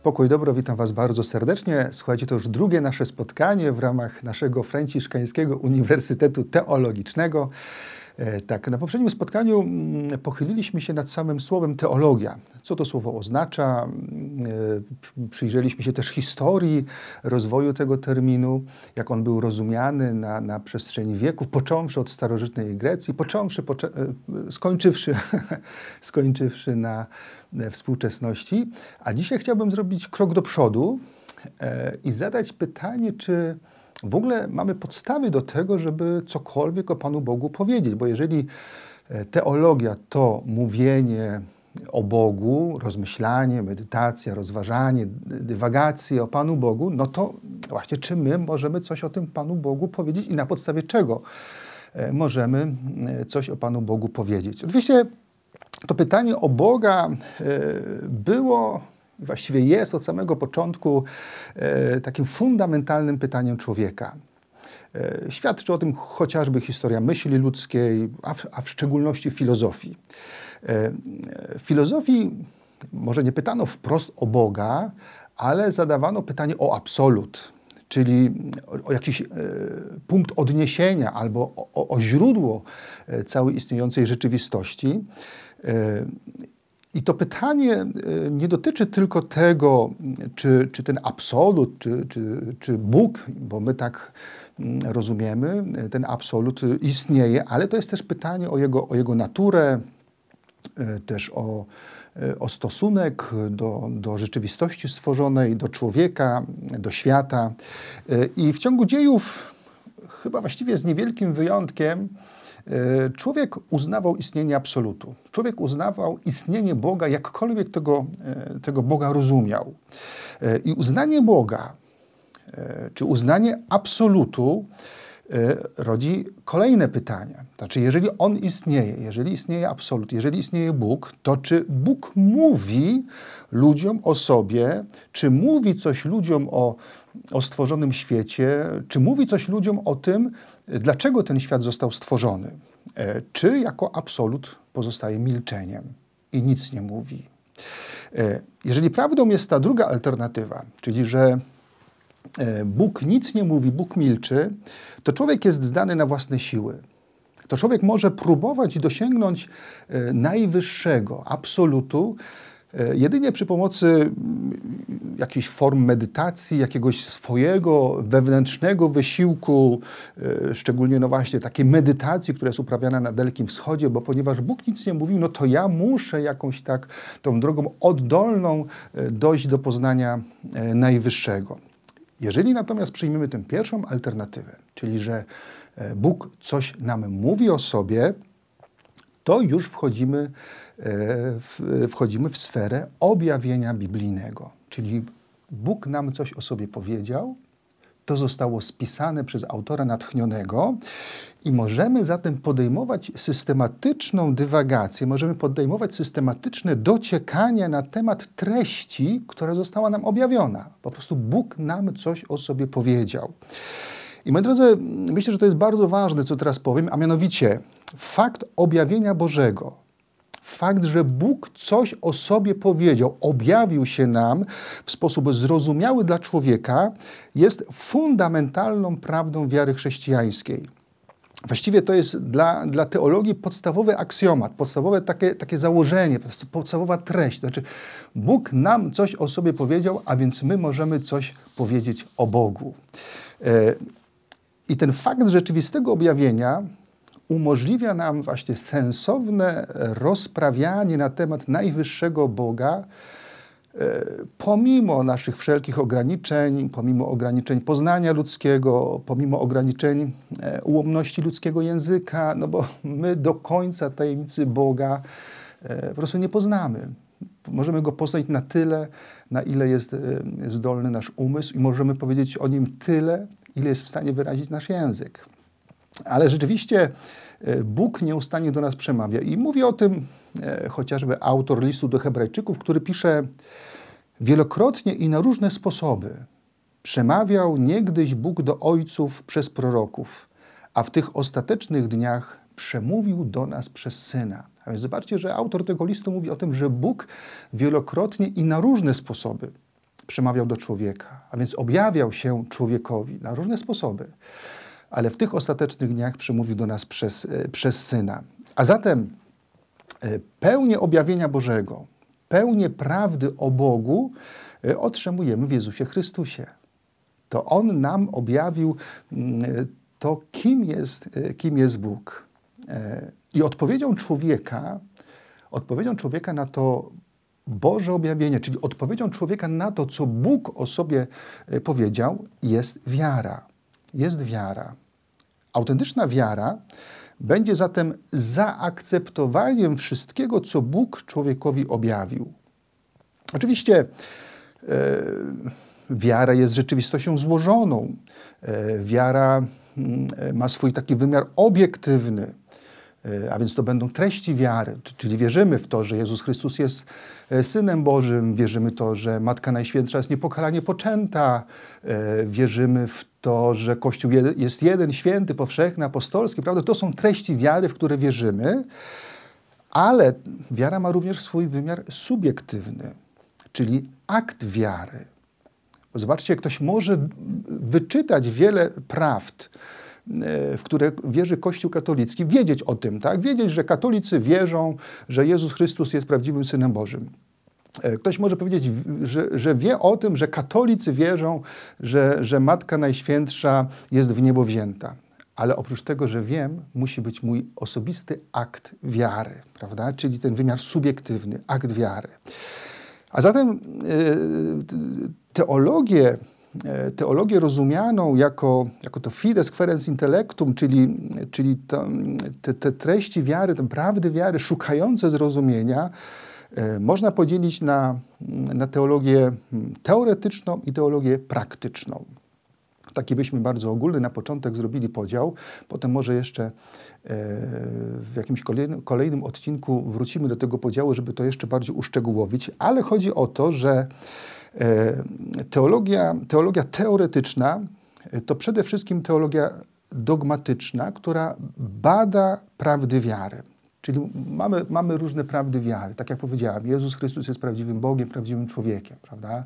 Pokój dobro, witam Was bardzo serdecznie. Słuchajcie, to już drugie nasze spotkanie w ramach naszego Franciszkańskiego Uniwersytetu Teologicznego. Tak, na poprzednim spotkaniu pochyliliśmy się nad samym słowem teologia. Co to słowo oznacza? Przyjrzeliśmy się też historii rozwoju tego terminu, jak on był rozumiany na przestrzeni wieków, począwszy od starożytnej Grecji, skończywszy na współczesności. A dzisiaj chciałbym zrobić krok do przodu i zadać pytanie, czy w ogóle mamy podstawy do tego, żeby cokolwiek o Panu Bogu powiedzieć, bo jeżeli teologia to mówienie o Bogu, rozmyślanie, medytacja, rozważanie, dywagacje o Panu Bogu, no to właśnie czy my możemy coś o tym Panu Bogu powiedzieć i na podstawie czego możemy coś o Panu Bogu powiedzieć? Oczywiście to pytanie o Boga było, właściwie jest od samego początku takim fundamentalnym pytaniem człowieka. Świadczy o tym chociażby historia myśli ludzkiej, a w szczególności filozofii. W filozofii może nie pytano wprost o Boga, ale zadawano pytanie o absolut, czyli o jakiś punkt odniesienia albo o źródło całej istniejącej rzeczywistości. I to pytanie nie dotyczy tylko tego, czy ten absolut, czy Bóg, bo my tak rozumiemy, ten absolut istnieje, ale to jest też pytanie o jego naturę, też o stosunek do rzeczywistości stworzonej, do człowieka, do świata. I w ciągu dziejów, chyba właściwie z niewielkim wyjątkiem, człowiek uznawał istnienie absolutu. Człowiek uznawał istnienie Boga, jakkolwiek tego Boga rozumiał. I uznanie Boga, czy uznanie absolutu rodzi kolejne pytania. Znaczy, jeżeli On istnieje, jeżeli istnieje absolut, jeżeli istnieje Bóg, to czy Bóg mówi ludziom o sobie, czy mówi coś ludziom o stworzonym świecie, czy mówi coś ludziom o tym, dlaczego ten świat został stworzony, czy jako absolut pozostaje milczeniem i nic nie mówi. Jeżeli prawdą jest ta druga alternatywa, czyli że Bóg nic nie mówi, Bóg milczy, to człowiek jest zdany na własne siły. To człowiek może próbować dosięgnąć najwyższego absolutu jedynie przy pomocy jakichś form medytacji, jakiegoś swojego wewnętrznego wysiłku, szczególnie no właśnie takiej medytacji, która jest uprawiana na Dalekim Wschodzie, bo ponieważ Bóg nic nie mówił, no to ja muszę jakąś tak tą drogą oddolną dojść do poznania najwyższego. Jeżeli natomiast przyjmiemy tę pierwszą alternatywę, czyli że Bóg coś nam mówi o sobie, to już wchodzimy w sferę objawienia biblijnego. Czyli Bóg nam coś o sobie powiedział, to zostało spisane przez autora natchnionego i możemy zatem podejmować systematyczną dywagację, możemy podejmować systematyczne dociekanie na temat treści, która została nam objawiona. Po prostu Bóg nam coś o sobie powiedział. I moi drodzy, myślę, że to jest bardzo ważne, co teraz powiem, a mianowicie fakt objawienia Bożego, fakt, że Bóg coś o sobie powiedział, objawił się nam w sposób zrozumiały dla człowieka, jest fundamentalną prawdą wiary chrześcijańskiej. Właściwie to jest dla teologii podstawowy aksjomat, podstawowe takie założenie, podstawowa treść. Znaczy, Bóg nam coś o sobie powiedział, a więc my możemy coś powiedzieć o Bogu. I ten fakt rzeczywistego objawienia umożliwia nam właśnie sensowne rozprawianie na temat najwyższego Boga, pomimo naszych wszelkich ograniczeń, pomimo ograniczeń poznania ludzkiego, pomimo ograniczeń ułomności ludzkiego języka, no bo my do końca tajemnicy Boga po prostu nie poznamy. Możemy Go poznać na tyle, na ile jest zdolny nasz umysł i możemy powiedzieć o Nim tyle, ile jest w stanie wyrazić nasz język. Ale rzeczywiście Bóg nieustannie do nas przemawia. I mówi o tym chociażby autor listu do Hebrajczyków, który pisze: wielokrotnie i na różne sposoby przemawiał niegdyś Bóg do ojców przez proroków, a w tych ostatecznych dniach przemówił do nas przez Syna. A więc zobaczcie, że autor tego listu mówi o tym, że Bóg wielokrotnie i na różne sposoby przemawiał do człowieka, a więc objawiał się człowiekowi na różne sposoby, ale w tych ostatecznych dniach przemówił do nas przez Syna. A zatem pełnię objawienia Bożego, pełnię prawdy o Bogu otrzymujemy w Jezusie Chrystusie. To On nam objawił to, kim jest Bóg. I odpowiedzią człowieka na to Boże objawienie, czyli odpowiedzią człowieka na to, co Bóg o sobie powiedział, jest wiara. Jest wiara. Autentyczna wiara będzie zatem zaakceptowaniem wszystkiego, co Bóg człowiekowi objawił. Oczywiście wiara jest rzeczywistością złożoną. Wiara ma swój taki wymiar obiektywny, a więc to będą treści wiary, czyli wierzymy w to, że Jezus Chrystus jest Synem Bożym, wierzymy w to, że Matka Najświętsza jest niepokalanie poczęta, wierzymy w to, że Kościół jest jeden, święty, powszechny, apostolski, prawda? To są treści wiary, w które wierzymy, ale wiara ma również swój wymiar subiektywny, czyli akt wiary. Bo zobaczcie, ktoś może wyczytać wiele prawd, w które wierzy Kościół katolicki, wiedzieć o tym, tak? Wiedzieć, że katolicy wierzą, że Jezus Chrystus jest prawdziwym Synem Bożym. Ktoś może powiedzieć, że wie o tym, że katolicy wierzą, że Matka Najświętsza jest w niebo wzięta. Ale oprócz tego, że wiem, musi być mój osobisty akt wiary, prawda? Czyli ten wymiar subiektywny, akt wiary. A zatem teologię rozumianą jako to fides quaerens intellectum, czyli te treści wiary, te prawdy wiary szukające zrozumienia, można podzielić na teologię teoretyczną i teologię praktyczną. Taki byśmy bardzo ogólny na początek zrobili podział, potem może jeszcze w jakimś kolejnym odcinku wrócimy do tego podziału, żeby to jeszcze bardziej uszczegółowić, ale chodzi o to, że teologia teoretyczna to przede wszystkim teologia dogmatyczna, która bada prawdy wiary. Czyli mamy różne prawdy wiary. Tak jak powiedziałem, Jezus Chrystus jest prawdziwym Bogiem, prawdziwym człowiekiem, prawda?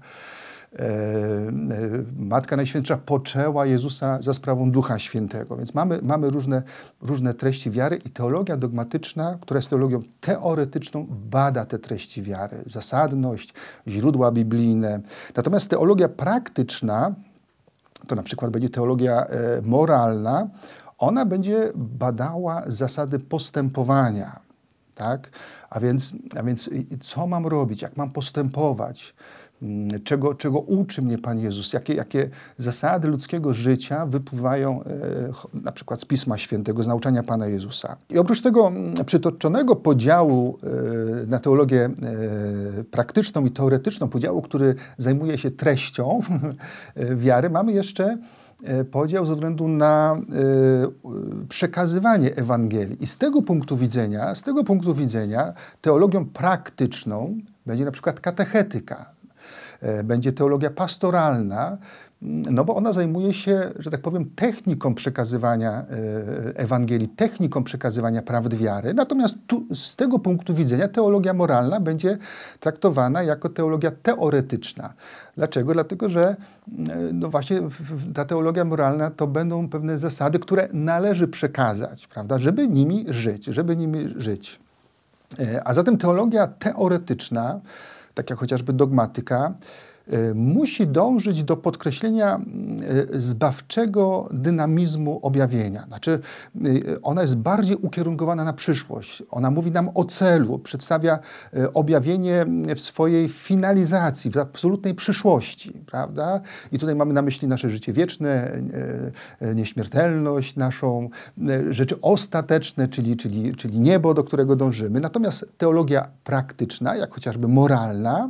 Matka Najświętsza poczęła Jezusa za sprawą Ducha Świętego. Więc mamy różne treści wiary i teologia dogmatyczna, która jest teologią teoretyczną, bada te treści wiary, zasadność, źródła biblijne. Natomiast teologia praktyczna, to na przykład będzie teologia moralna, ona będzie badała zasady postępowania. Tak? A więc co mam robić, jak mam postępować? Czego uczy mnie Pan Jezus, jakie zasady ludzkiego życia wypływają na przykład z Pisma Świętego, z nauczania Pana Jezusa. I oprócz tego przytoczonego podziału na teologię praktyczną i teoretyczną, podziału, który zajmuje się treścią wiary, mamy jeszcze podział ze względu na przekazywanie Ewangelii. I z tego punktu widzenia teologią praktyczną będzie na przykład katechetyka. Będzie teologia pastoralna, no bo ona zajmuje się, że tak powiem, techniką przekazywania Ewangelii, techniką przekazywania prawd wiary. Natomiast z tego punktu widzenia teologia moralna będzie traktowana jako teologia teoretyczna. Dlaczego? Dlatego, że no właśnie ta teologia moralna to będą pewne zasady, które należy przekazać, prawda, żeby nimi żyć. A zatem teologia teoretyczna, tak jak chociażby dogmatyka, musi dążyć do podkreślenia zbawczego dynamizmu objawienia. Znaczy, ona jest bardziej ukierunkowana na przyszłość. Ona mówi nam o celu, przedstawia objawienie w swojej finalizacji, w absolutnej przyszłości, prawda? I tutaj mamy na myśli nasze życie wieczne, nieśmiertelność naszą, rzeczy ostateczne, czyli niebo, do którego dążymy. Natomiast teologia praktyczna, jak chociażby moralna,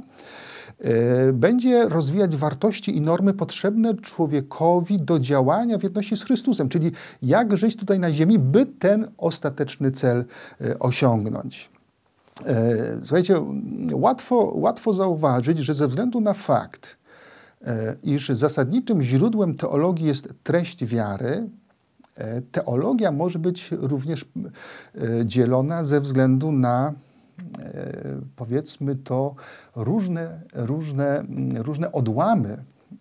będzie rozwijać wartości i normy potrzebne człowiekowi do działania w jedności z Chrystusem, czyli jak żyć tutaj na ziemi, by ten ostateczny cel osiągnąć. Słuchajcie, łatwo zauważyć, że ze względu na fakt, iż zasadniczym źródłem teologii jest treść wiary, teologia może być również dzielona ze względu na powiedzmy to, różne odłamy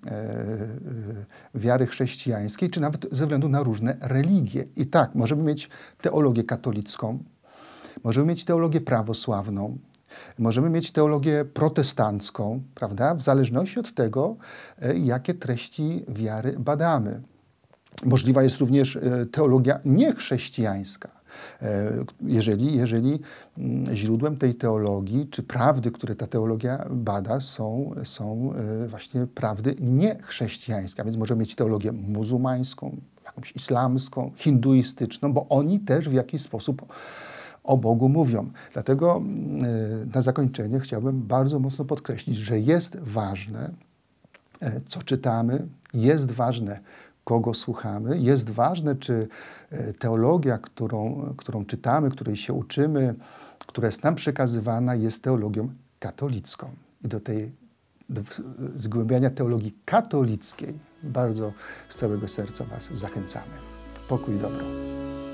wiary chrześcijańskiej, czy nawet ze względu na różne religie. I tak, możemy mieć teologię katolicką, możemy mieć teologię prawosławną, możemy mieć teologię protestancką, prawda? W zależności od tego, jakie treści wiary badamy. Możliwa jest również teologia niechrześcijańska. Jeżeli źródłem tej teologii, czy prawdy, które ta teologia bada, są właśnie prawdy niechrześcijańskie. A więc możemy mieć teologię muzułmańską, jakąś islamską, hinduistyczną, bo oni też w jakiś sposób o Bogu mówią. Dlatego na zakończenie chciałbym bardzo mocno podkreślić, że jest ważne, co czytamy, jest ważne, kogo słuchamy, jest ważne, czy teologia, którą czytamy, której się uczymy, która jest nam przekazywana, jest teologią katolicką. I do zgłębiania teologii katolickiej bardzo z całego serca Was zachęcamy. Pokój i dobro.